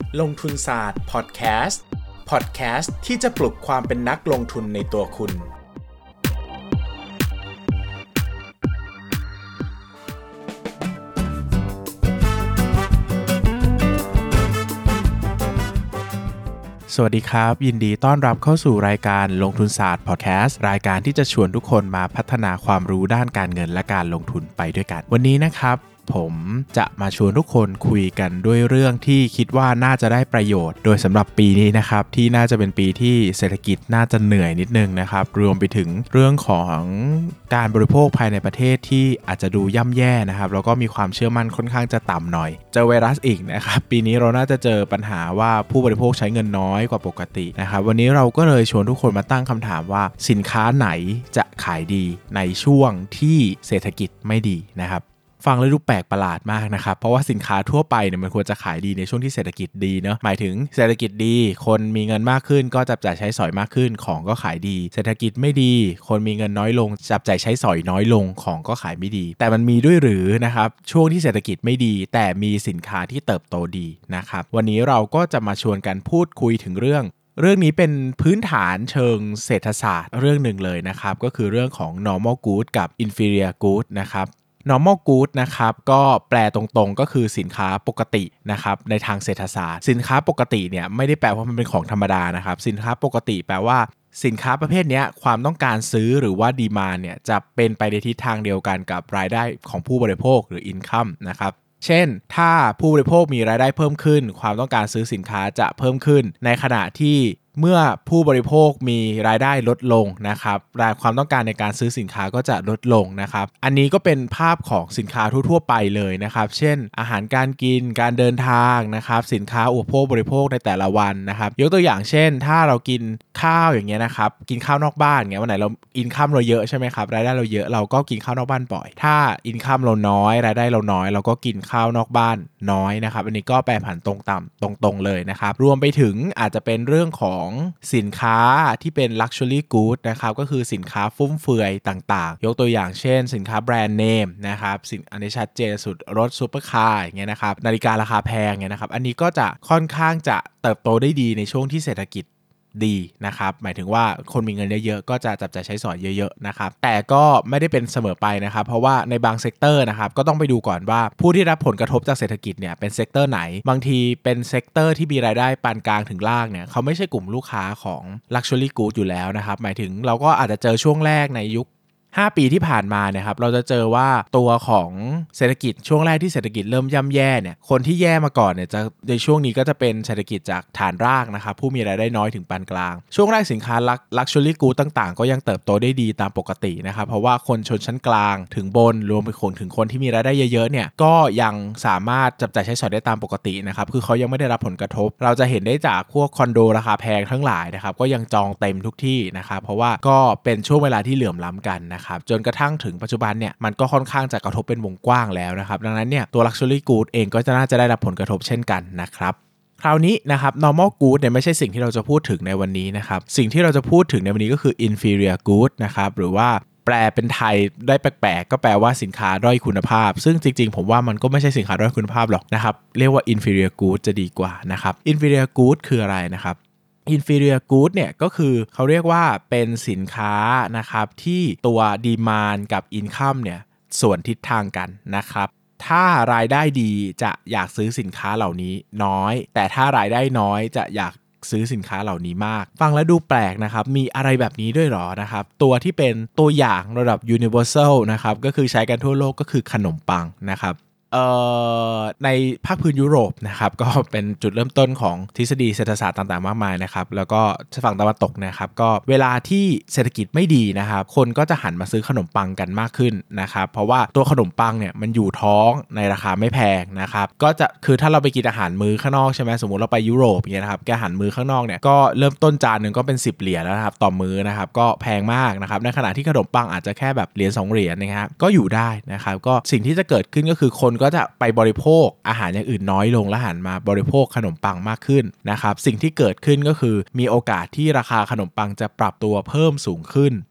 ลงทุนศาสตร์พอดแคสต์ที่จะปลุกความเป็นนักลงทุนในตัวคุณสวัสดีครับยินดีต้อนรับเข้าสู่รายการลงทุนศาสตร์พอดแคสต์รายการที่จะชวนทุกคนมาพัฒนาความรู้ด้านการเงินและการลงทุนไปด้วยกันวันนี้นะครับผมจะมาชวนทุกคนคุยกันด้วยเรื่องที่คิดว่าน่าจะได้ประโยชน์โดยสำหรับปีนี้นะครับที่น่าจะเป็นปีที่เศรษฐกิจน่าจะเหนื่อยนิดนึงนะครับรวมไปถึงเรื่องของการบริโภคภายในประเทศที่อาจจะดูย่ำแย่นะครับแล้วก็มีความเชื่อมั่นค่อนข้างจะต่ำหน่อยเจอไวรัสอีกนะครับปีนี้เราน่าจะเจอปัญหาว่าผู้บริโภคใช้เงินน้อยกว่าปกตินะครับวันนี้เราก็เลยชวนทุกคนมาตั้งคำถามว่าสินค้าไหนจะขายดีในช่วงที่เศรษฐกิจไม่ดีนะครับฟังแล้วดูแปลกประหลาดมากนะครับเพราะว่าสินค้าทั่วไปเนี่ยมันควรจะขายดีในช่วงที่เศรษฐกิจดีเนาะหมายถึงเศรษฐกิจดีคนมีเงินมากขึ้นก็จับจ่ายใช้สอยมากขึ้นของก็ขายดีเศรษฐกิจไม่ดีคนมีเงินน้อยลงจับจ่ายใช้สอยน้อยลงของก็ขายไม่ดีแต่มันมีด้วยหรือนะครับช่วงที่เศรษฐกิจไม่ดีแต่มีสินค้าที่เติบโตดีนะครับวันนี้เราก็จะมาชวนกันพูดคุยถึงเรื่องนี้เป็นพื้นฐานเชิงเศรษฐศาสตร์เรื่องหนึ่งเลยนะครับก็คือเรื่องของ normal good กับ inferior good นะครับnormal good นะครับก็แปลตรงๆก็คือสินค้าปกตินะครับในทางเศรษฐศาสตร์สินค้าปกติเนี่ยไม่ได้แปลว่ามันเป็นของธรรมดานะครับสินค้าปกติแปลว่าสินค้าประเภทนี้ความต้องการซื้อหรือว่าดีมานด์เนี่ยจะเป็นไปในทิศทางเดียวกันกับรายได้ของผู้บริโภคหรือ income นะครับเช่นถ้าผู้บริโภคมีรายได้เพิ่มขึ้นความต้องการซื้อสินค้าจะเพิ่มขึ้นในขณะที่เมื่อผู้บริโภคมีรายได้ลดลงนะครับความต้องการในการซื้อสินค้าก็จะลดลงนะครับอันนี้ก็เป็นภาพของสินค้าทั่วๆไปเลยนะครับเช่นอาหารการกินการเดินทางนะครับสินค้าอุปโภคบริโภคในแต่ละวันนะครับยกตัวอย่างเช่นถ้าเรากินข้าวอย่างเงี้ยนะครับกินข้าวนอกบ้านเงี้ยวันไหนเราอินคัมเราเยอะใช่ไหมครับรายได้เราเยอะเราก็กินข้าวนอกบ้านบ่อยถ้าอินคัมเราน้อยรายได้เราน้อยเราก็กินข้าวนอกบ้านน้อยนะครับอันนี้ก็แปรผันตรงเลยนะครับรวมไปถึงอาจจะเป็นเรื่องของสินค้าที่เป็น luxury good นะครับก็คือสินค้าฟุ่มเฟือยต่างๆยกตัวอย่างเช่นสินค้าแบรนด์เนมนะครับอันนี้ชัดเจนสุดรถซุปเปอร์คาร์อย่างเงี้ยนะครับนาฬิการาคาแพงเงี้ยนะครับอันนี้ก็จะค่อนข้างจะเติบโตได้ดีในช่วงที่เศรษฐกิจดีนะครับหมายถึงว่าคนมีเงินเยอะๆก็จะจับจ่ายใช้สอยเยอะๆนะครับแต่ก็ไม่ได้เป็นเสมอไปนะครับเพราะว่าในบางเซกเตอร์นะครับก็ต้องไปดูก่อนว่าผู้ที่รับผลกระทบจากเศรษฐกิจเนี่ยเป็นเซกเตอร์ไหนบางทีเป็นเซกเตอร์ที่มีรายได้ปานกลางถึงล่างเนี่ยเขาไม่ใช่กลุ่มลูกค้าของ Luxury Good อยู่แล้วนะครับหมายถึงเราก็อาจจะเจอช่วงแรกในยุค5 ปีที่ผ่านมาเนี่ยครับเราจะเจอว่าตัวของเศรษฐกิจช่วงแรกที่เศรษฐกิจเริ่มย่ำแย่เนี่ยคนที่แย่มาก่อนเนี่ยจะในช่วงนี้ก็จะเป็นเศรษฐกิจจากฐานรากนะครับผู้มีรายได้น้อยถึงปานกลางช่วงแรกสินค้าLuxury Good ต่างๆก็ยังเติบโตได้ดีตามปกตินะครับเพราะว่าคนชนชั้นกลางถึงบนรวมไปถึงคนที่มีรายได้เยอะๆเนี่ยก็ยังสามารถจับจ่ายใช้สอยได้ตามปกตินะครับคือเขายังไม่ได้รับผลกระทบเราจะเห็นได้จากพวกคอนโดราคาแพงทั้งหลายนะครับก็ยังจองเต็มทุกที่นะครับเพราะว่าก็เป็นช่วงเวลาที่เหลื่อมล้ำกันนะครับจนกระทั่งถึงปัจจุบันเนี่ยมันก็ค่อนข้างจะกระทบเป็นวงกว้างแล้วนะครับดังนั้นเนี่ยตัว Luxury Good เองก็จะน่าจะได้รับผลกระทบเช่นกันนะครับคราวนี้นะครับ normal good เนี่ยไม่ใช่สิ่งที่เราจะพูดถึงในวันนี้นะครับสิ่งที่เราจะพูดถึงในวันนี้ก็คือ inferior good นะครับหรือว่าแปลเป็นไทยได้แปลกๆก็แปลว่าสินค้าด้อยคุณภาพซึ่งจริงๆผมว่ามันก็ไม่ใช่สินค้าด้อยคุณภาพหรอกนะครับเรียกว่า inferior good จะดีกว่านะครับ inferior good คืออะไรนะครับinferior good เนี่ยก็คือเขาเรียกว่าเป็นสินค้านะครับที่ตัว demand กับ income เนี่ยส่วนทิศทางกันนะครับถ้ารายได้ดีจะอยากซื้อสินค้าเหล่านี้น้อยแต่ถ้ารายได้น้อยจะอยากซื้อสินค้าเหล่านี้มากฟังแล้วดูแปลกนะครับมีอะไรแบบนี้ด้วยหรอนะครับตัวที่เป็นตัวอย่างระดับ universal นะครับก็คือใช้กันทั่วโลกก็คือขนมปังนะครับในภาคพื้นยุโรปนะครับก็เป็นจุดเริ่มต้นของทฤษฎีเศรษฐศาสตร์ต่างๆมากมายนะครับแล้วก็ฝั่งตะวันตกนะครับก็เวลาที่เศรษฐกิจไม่ดีนะครับคนก็จะหันมาซื้อขนมปังกันมากขึ้นนะครับเพราะว่าตัวขนมปังเนี่ยมันอยู่ท้องในราคาไม่แพงนะครับก็จะคือถ้าเราไปกินอาหารมื้อข้างนอกใช่ไหมสมมุติเราไปยุโรปอย่างเงี้ยนะครับอาหารมื้อข้างนอกเนี่ยก็เริ่มต้นจานนึงก็เป็น10 เหรียญแล้วนะครับต่อมื้อนะครับก็แพงมากนะครับในขณะที่ขนมปังอาจจะแค่แบบเหรียญ2 เหรียญนะครับก็อยู่ได้นะครับก็สิ่งที่จะเกิดขึ้นก็คือคนก็จะไปบริโภคอาหารอย่างอื่นน้อยลงและหันมาบริโภคขนมปังมากขึ้นนะครับสิ่งที่เกิดขึ้นก็คือมีโอกาสที่ราคาขนมปังจะปรับตัวเพิ่มสูงขึ้น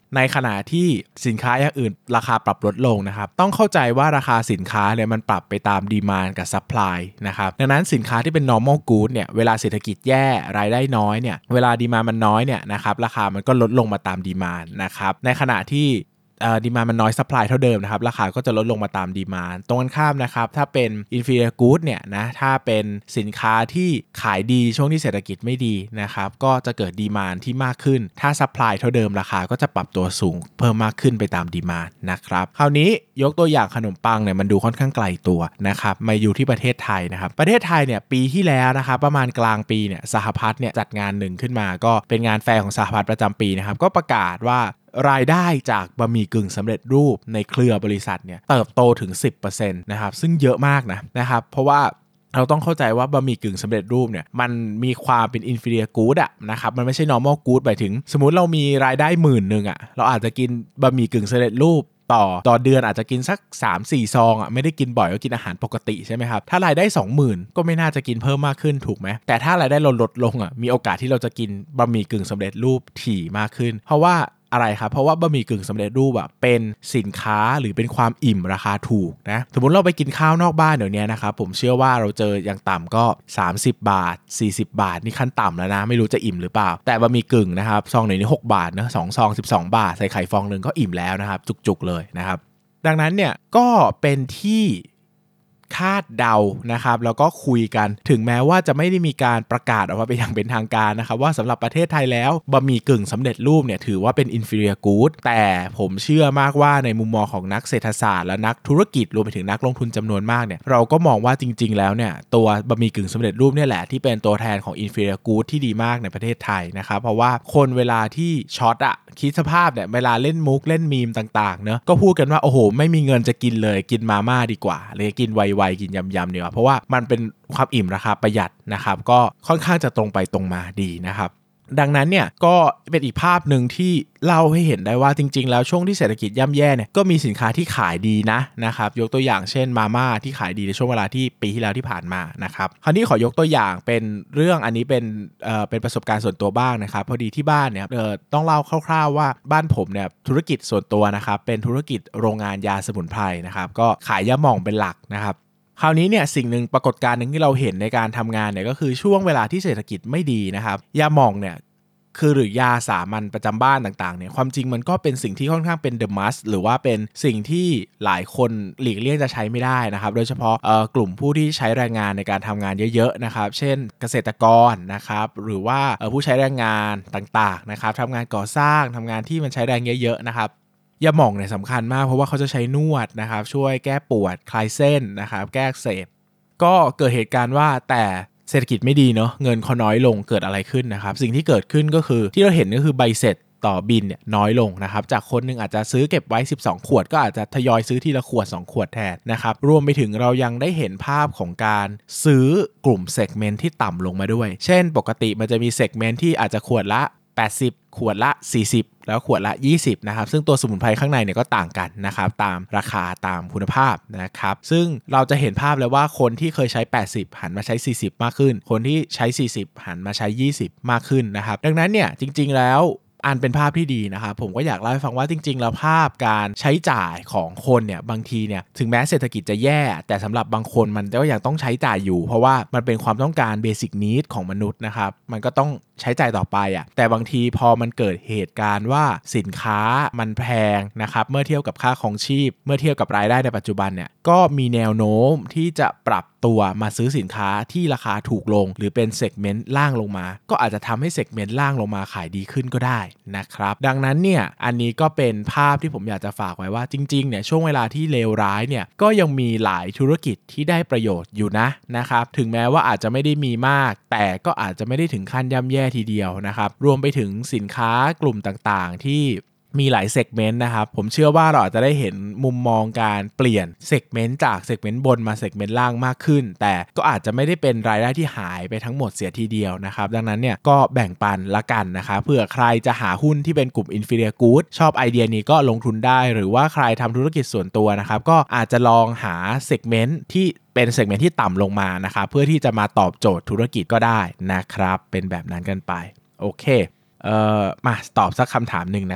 ในขณะที่สินค้าอย่างอื่นราคาปรับลดลงนะครับต้องเข้าใจว่าราคาสินค้าเนี่ยมันปรับไปตามดีมานด์กับซัพพลายนะครับดังนั้นสินค้าที่เป็น normal good เนี่ยเวลาเศรษฐกิจแย่รายได้น้อยเนี่ยเวลาดีมานด์มันน้อยเนี่ยนะครับราคามันก็ลดลงมาตามดีมานด์นะครับในขณะที่ดีมานด์มันน้อยซัพพลายเท่าเดิมนะครับราคาก็จะลดลงมาตามดีมานด์ตรงกันข้ามนะครับถ้าเป็น inferior good เนี่ยนะถ้าเป็นสินค้าที่ขายดีช่วงที่เศรษฐกิจไม่ดีนะครับก็จะเกิดดีมานด์ที่มากขึ้นถ้าซัพพลายเท่าเดิมราคาก็จะปรับตัวสูงเพิ่มมากขึ้นไปตามดีมานด์นะครับคราวนี้ยกตัวอย่างขนมปังเนี่ยมันดูค่อนข้างไกลตัวนะครับมาอยู่ที่ประเทศไทยนะครับประเทศไทยเนี่ยปีที่แล้วนะครับประมาณกลางปีเนี่ยสหพัฒน์เนี่ยจัดงานหนึ่งขึ้นมาก็เป็นงานแฟร์ของสหพัฒน์ประจำปีนะครับก็ประกาศว่ารายได้จากบะหมี่กึ่งสำเร็จรูปในเครือบริษัทเนี่ยเติบโตถึง 10% นะครับซึ่งเยอะมากนะครับเพราะว่าเราต้องเข้าใจว่าบะหมี่กึ่งสำเร็จรูปเนี่ยมันมีความเป็น inferior good นะครับมันไม่ใช่ normal good หมายถึงสมมุติเรามีรายได้ 10,000 นึงเราอาจจะกินบะหมี่กึ่งสำเร็จรูปต่อเดือนอาจจะกินสัก 3-4 ซองไม่ได้กินบ่อยก็กินอาหารปกติใช่ไหมครับถ้ารายได้ 20,000 ก็ไม่น่าจะกินเพิ่มมากขึ้นถูกไหมแต่ถ้ารายได้ลดลงมีโอกาสที่เราจะกินบะหมี่กึ่งสำเร็จรูปถี่มากขึ้นเพราะว่าอะไรครับเพราะว่าบะหมี่กึ่งสำเร็จรูปเป็นสินค้าหรือเป็นความอิ่มราคาถูกนะสมมุติเราไปกินข้าวนอกบ้านเดี๋ยวนี้นะครับผมเชื่อว่าเราเจออย่างต่ำก็30 บาท40 บาทนี่ขั้นต่ำแล้วนะไม่รู้จะอิ่มหรือเปล่าแต่บะหมี่กึ่งนะครับซองหนึ่งนี่6 บาทนะ2 ซอง12 บาทใส่ไข่ฟองนึงก็อิ่มแล้วนะครับจุกๆเลยนะครับดังนั้นเนี่ยก็เป็นที่คาดเดานะครับแล้วก็คุยกันถึงแม้ว่าจะไม่ได้มีการประกาศออกมาเป็นอย่างเป็นทางการนะครับว่าสำหรับประเทศไทยแล้วบะหมี่กึ่งสำเร็จรูปเนี่ยถือว่าเป็น inferior good แต่ผมเชื่อมากว่าในมุมมองของนักเศรษฐศาสตร์และนักธุรกิจรวมไปถึงนักลงทุนจำนวนมากเนี่ยเราก็มองว่าจริงๆแล้วเนี่ยตัวบะหมี่กึ่งสำเร็จรูปเนี่ยแหละที่เป็นตัวแทนของ inferior good ที่ดีมากในประเทศไทยนะครับเพราะว่าคนเวลาที่ช็อตคิดสภาพเนี่ยเวลาเล่นมุกเล่นมีมต่างๆเนอะก็พูดกันว่าโอ้โหไม่มีเงินจะกินเลยกินมาม่าดีกว่าเลยกินไวๆกินยำๆเพราะว่ามันเป็นความอิ่มราคาประหยัดนะครับก็ค่อนข้างจะตรงไปตรงมาดีนะครับดังนั้นเนี่ยก็เป็นอีกภาพหนึ่งที่เล่าให้เห็นได้ว่าจริงๆแล้วช่วงที่เศรษฐกิจย่ำแย่เนี่ยก็มีสินค้าที่ขายดีนะครับยกตัวอย่างเช่นมาม่าที่ขายดีในช่วงเวลาที่ปีที่แล้วที่ผ่านมานะครับคราวนี้ขอยกตัวอย่างเป็นเรื่องอันนี้เป็นประสบการณ์ส่วนตัวบ้างนะครับพอดีที่บ้านเนี่ยต้องเล่าคร่าวๆว่าบ้านผมเนี่ยธุรกิจส่วนตัวนะครับเป็นธุรกิจโรงงานยาสมุนไพรนะครับก็ขายยาหม่องเป็นหลักนะครับคราวนี้เนี่ยสิ่งหนึ่งปรากฏการณ์หนึ่งที่เราเห็นในการทำงานเนี่ยก็คือช่วงเวลาที่เศรษฐกิจไม่ดีนะครับยาหม่องเนี่ยคือหรือยาสามัญประจำบ้านต่างๆเนี่ยความจริงมันก็เป็นสิ่งที่ค่อนข้างเป็น the must หรือว่าเป็นสิ่งที่หลายคนหลีกเลี่ยงจะใช้ไม่ได้นะครับโดยเฉพาะกลุ่มผู้ที่ใช้แรงงานในการทำงานเยอะๆนะครับเช่นเกษตรกรนะครับหรือว่าผู้ใช้แรงงานต่างๆนะครับทำงานก่อสร้างทำงานที่มันใช้แรงเยอะๆนะครับยาหม่องเนี่ยสำคัญมากเพราะว่าเขาจะใช้นวดนะครับช่วยแก้ปวดคลายเส้นนะครับแก้อักเสบก็เกิดเหตุการณ์ว่าแต่เศรษฐกิจไม่ดีเนาะเงินเขาน้อยลงเกิดอะไรขึ้นนะครับสิ่งที่เกิดขึ้นก็คือที่เราเห็นก็คือใบเสร็จต่อบินเนี่ยน้อยลงนะครับจากคนนึงอาจจะซื้อเก็บไว้12ขวดก็อาจจะทยอยซื้อทีละขวด2ขวดแทนนะครับรวมไปถึงเรายังได้เห็นภาพของการซื้อกลุ่มเซกเมนต์ที่ต่ำลงมาด้วยเช่นปกติมันจะมีเซกเมนต์ที่อาจจะขวดละ80ขวดละ40แล้วขวดละ20นะครับซึ่งตัวสมุนไพรข้างในเนี่ยก็ต่างกันนะครับตามราคาตามคุณภาพนะครับซึ่งเราจะเห็นภาพเลยว่าคนที่เคยใช้80หันมาใช้40มากขึ้นคนที่ใช้40หันมาใช้20มากขึ้นนะครับดังนั้นเนี่ยจริงๆแล้วอันเป็นภาพที่ดีนะครับผมก็อยากเล่าให้ฟังว่าจริงๆแล้วภาพการใช้จ่ายของคนเนี่ยบางทีเนี่ยถึงแม้เศรษฐกิจจะแย่แต่สำหรับบางคนมันก็ยังต้องใช้จ่ายอยู่เพราะว่ามันเป็นความต้องการเบสิกนีดของมนุษย์นะครับมันก็ต้องใช้จ่ายต่อไปแต่บางทีพอมันเกิดเหตุการณ์ว่าสินค้ามันแพงนะครับเมื่อเทียบกับค่าครองชีพเมื่อเทียบกับรายได้ในปัจจุบันเนี่ยก็มีแนวโน้มที่จะปรับตัวมาซื้อสินค้าที่ราคาถูกลงหรือเป็นเซกเมนต์ล่างลงมาก็อาจจะทำให้เซกเมนต์ล่างลงมาขายดีขึ้นก็ได้นะครับดังนั้นเนี่ยอันนี้ก็เป็นภาพที่ผมอยากจะฝากไว้ว่าจริงๆเนี่ยช่วงเวลาที่เลวร้ายเนี่ยก็ยังมีหลายธุรกิจที่ได้ประโยชน์อยู่นะครับถึงแม้ว่าอาจจะไม่ได้มีมากแต่ก็อาจจะไม่ได้ถึงขั้นย่ำแย่ทีเดียวนะครับรวมไปถึงสินค้ากลุ่มต่างๆที่มีหลายเซกเมนต์นะครับผมเชื่อว่าเราอาจจะได้เห็นมุมมองการเปลี่ยนเซกเมนต์จากเซกเมนต์บนมาเซกเมนต์ล่างมากขึ้นแต่ก็อาจจะไม่ได้เป็นรายได้ที่หายไปทั้งหมดเสียทีเดียวนะครับดังนั้นเนี่ยก็แบ่งปันละกันนะครับเผื่อใครจะหาหุ้นที่เป็นกลุ่ม inferior good ชอบไอเดียนี้ก็ลงทุนได้หรือว่าใครทำธุรกิจส่วนตัวนะครับก็อาจจะลองหาเซกเมนต์ที่เป็นเซกเมนต์ที่ต่ำลงมานะครับเพื่อที่จะมาตอบโจทย์ธุรกิจก็ได้นะครับเป็นแบบนั้นกันไปโอเคมาตอบสักคำถามหนึ่งนะครับ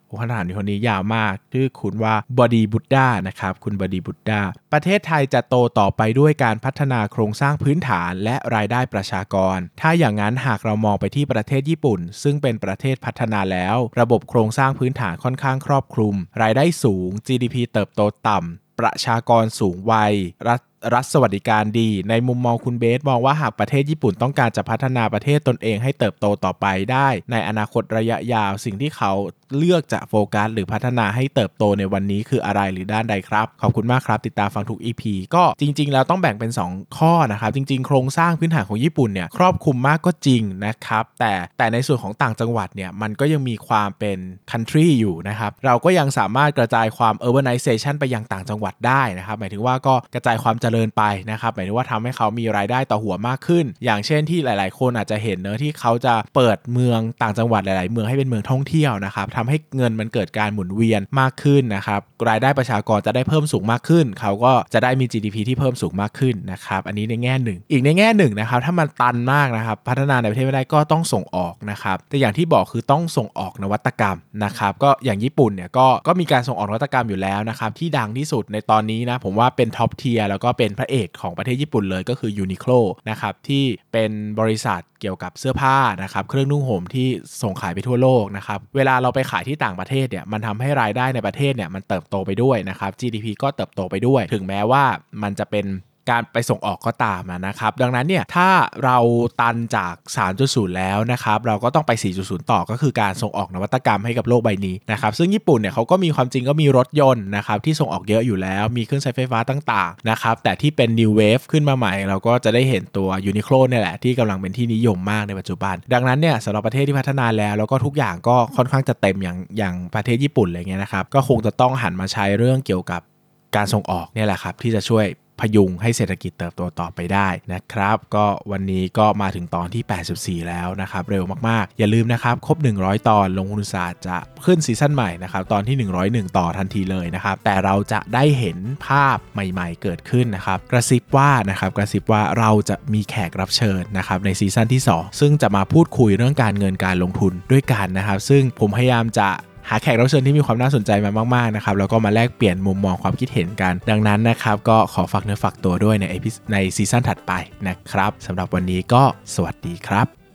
คณะคนนี้ยาวมากชื่อคุณว่าบอดีบุตดานะครับคุณบอดีบุตดาประเทศไทยจะโตต่อไปด้วยการพัฒนาโครงสร้างพื้นฐานและรายได้ประชากรถ้าอย่างนั้นหากเรามองไปที่ประเทศญี่ปุ่นซึ่งเป็นประเทศพัฒนาแล้วระบบโครงสร้างพื้นฐานค่อนข้างครอบคลุมรายได้สูง GDP เติบโตต่ำประชากรสูงวัยรัฐสวัสดิการดีในมุมมองคุณเบสมองว่าหากประเทศญี่ปุ่นต้องการจะพัฒนาประเทศตนเองให้เติบโตต่อไปได้ในอนาคตระยะยาวสิ่งที่เขาเลือกจะโฟกัสหรือพัฒนาให้เติบโตในวันนี้คืออะไรหรือด้านใดครับขอบคุณมากครับติดตามฟังทุก EP ก็จริงๆแล้วต้องแบ่งเป็น2ข้อนะครับจริงๆโครงสร้างพื้นฐานของญี่ปุ่นเนี่ยครอบคลุมมากก็จริงนะครับแต่ในส่วนของต่างจังหวัดเนี่ยมันก็ยังมีความเป็น country อยู่นะครับเราก็ยังสามารถกระจายความ urbanization ไปยังต่างจังหวัดได้นะครับหมายถึงว่าก็กระจายความเจริญไปนะครับหมายถึงว่าทำให้เขามีรายได้ต่อหัวมากขึ้นอย่างเช่นที่หลายๆคนอาจจะเห็นเนอะที่เขาจะเปิดเมืองต่างจังหวัดหลายๆเมืองให้เป็นเมืองท่องเที่ยวนะครับทำให้เงินมันเกิดการหมุนเวียนมากขึ้นนะครับรายได้ประชากรจะได้เพิ่มสูงมากขึ้นเขาก็จะได้มี GDP ที่เพิ่มสูงมากขึ้นนะครับอันนี้ในแง่หนึ่งอีกในแง่หนึ่งนะครับถ้ามันตันมากนะครับพัฒนาในประเทศไม่ได้ก็ต้องส่งออกนะครับแต่อย่างที่บอกคือต้องส่งออกนวัตกรรมนะครับก็อย่างญี่ปุ่นเนี่ยก็มีการส่งออกนวัตกรรมอยู่แล้วนะครับที่ดังที่สุดในตอนนี้นะผมว่าเป็นท็อปเทียร์แล้วก็เป็นพระเอกของประเทศญี่ปุ่นเลยก็คือ Uniqlo นะครับที่เป็นบริษัทเกี่ยวกับเสื้อผ้านะครับเครื่องนุ่งห่มที่ส่งขายไปทั่วโลกนะครับเวลาเราไปขายที่ต่างประเทศเนี่ยมันทำให้รายได้ในประเทศเนี่ยมันเติบโตไปด้วยนะครับ GDP ก็เติบโตไปด้วยถึงแม้ว่ามันจะเป็นการไปส่งออกก็ตามนะครับดังนั้นเนี่ยถ้าเราตันจาก 3.0 แล้วนะครับเราก็ต้องไป 4.0 ต่อก็คือการส่งออกนวัตกรรมให้กับโลกใบนี้นะครับซึ่งญี่ปุ่นเนี่ยเขาก็มีความจริงก็มีรถยนต์นะครับที่ส่งออกเยอะอยู่แล้วมีเครื่องใช้ไฟฟ้าต่างๆนะครับแต่ที่เป็น new wave ขึ้นมาใหม่เราก็จะได้เห็นตัว Uniqlo เนี่ยแหละที่กำลังเป็นที่นิยมมากในปัจจุบันดังนั้นเนี่ยสำหรับประเทศที่พัฒนาแล้วก็ทุกอย่างก็ค่อนข้างจะเต็มอย่างประเทศญี่ปุ่นอะไรเงี้ยนะครับก็คงจะต้องหันมาใช้เรื่องเกี่ยวกับการส่งออกเนี่ยแหละครับที่จะช่วยพยุงให้เศรษฐกิจเติบโตต่อไปได้นะครับก็วันนี้ก็มาถึงตอนที่84แล้วนะครับเร็วมากๆอย่าลืมนะครับครบ100ตอนลงทุนศาสตร์จะขึ้นซีซั่นใหม่นะครับตอนที่101ต่อทันทีเลยนะครับแต่เราจะได้เห็นภาพใหม่ๆเกิดขึ้นนะครับกระซิบว่าเราจะมีแขกรับเชิญนะครับในซีซั่นที่2ซึ่งจะมาพูดคุยเรื่องการเงินการลงทุนด้วยกันนะครับซึ่งผมพยายามจะหาแขกรับเชิญที่มีความน่าสนใจมามากๆนะครับแล้วก็มาแลกเปลี่ยนมุมมองความคิดเห็นกันดังนั้นนะครับก็ขอฝากเนื้อฝากตัวด้วยในซีซั่นถัดไปนะครับสำหรับวันนี้ก็สวัสดีครับ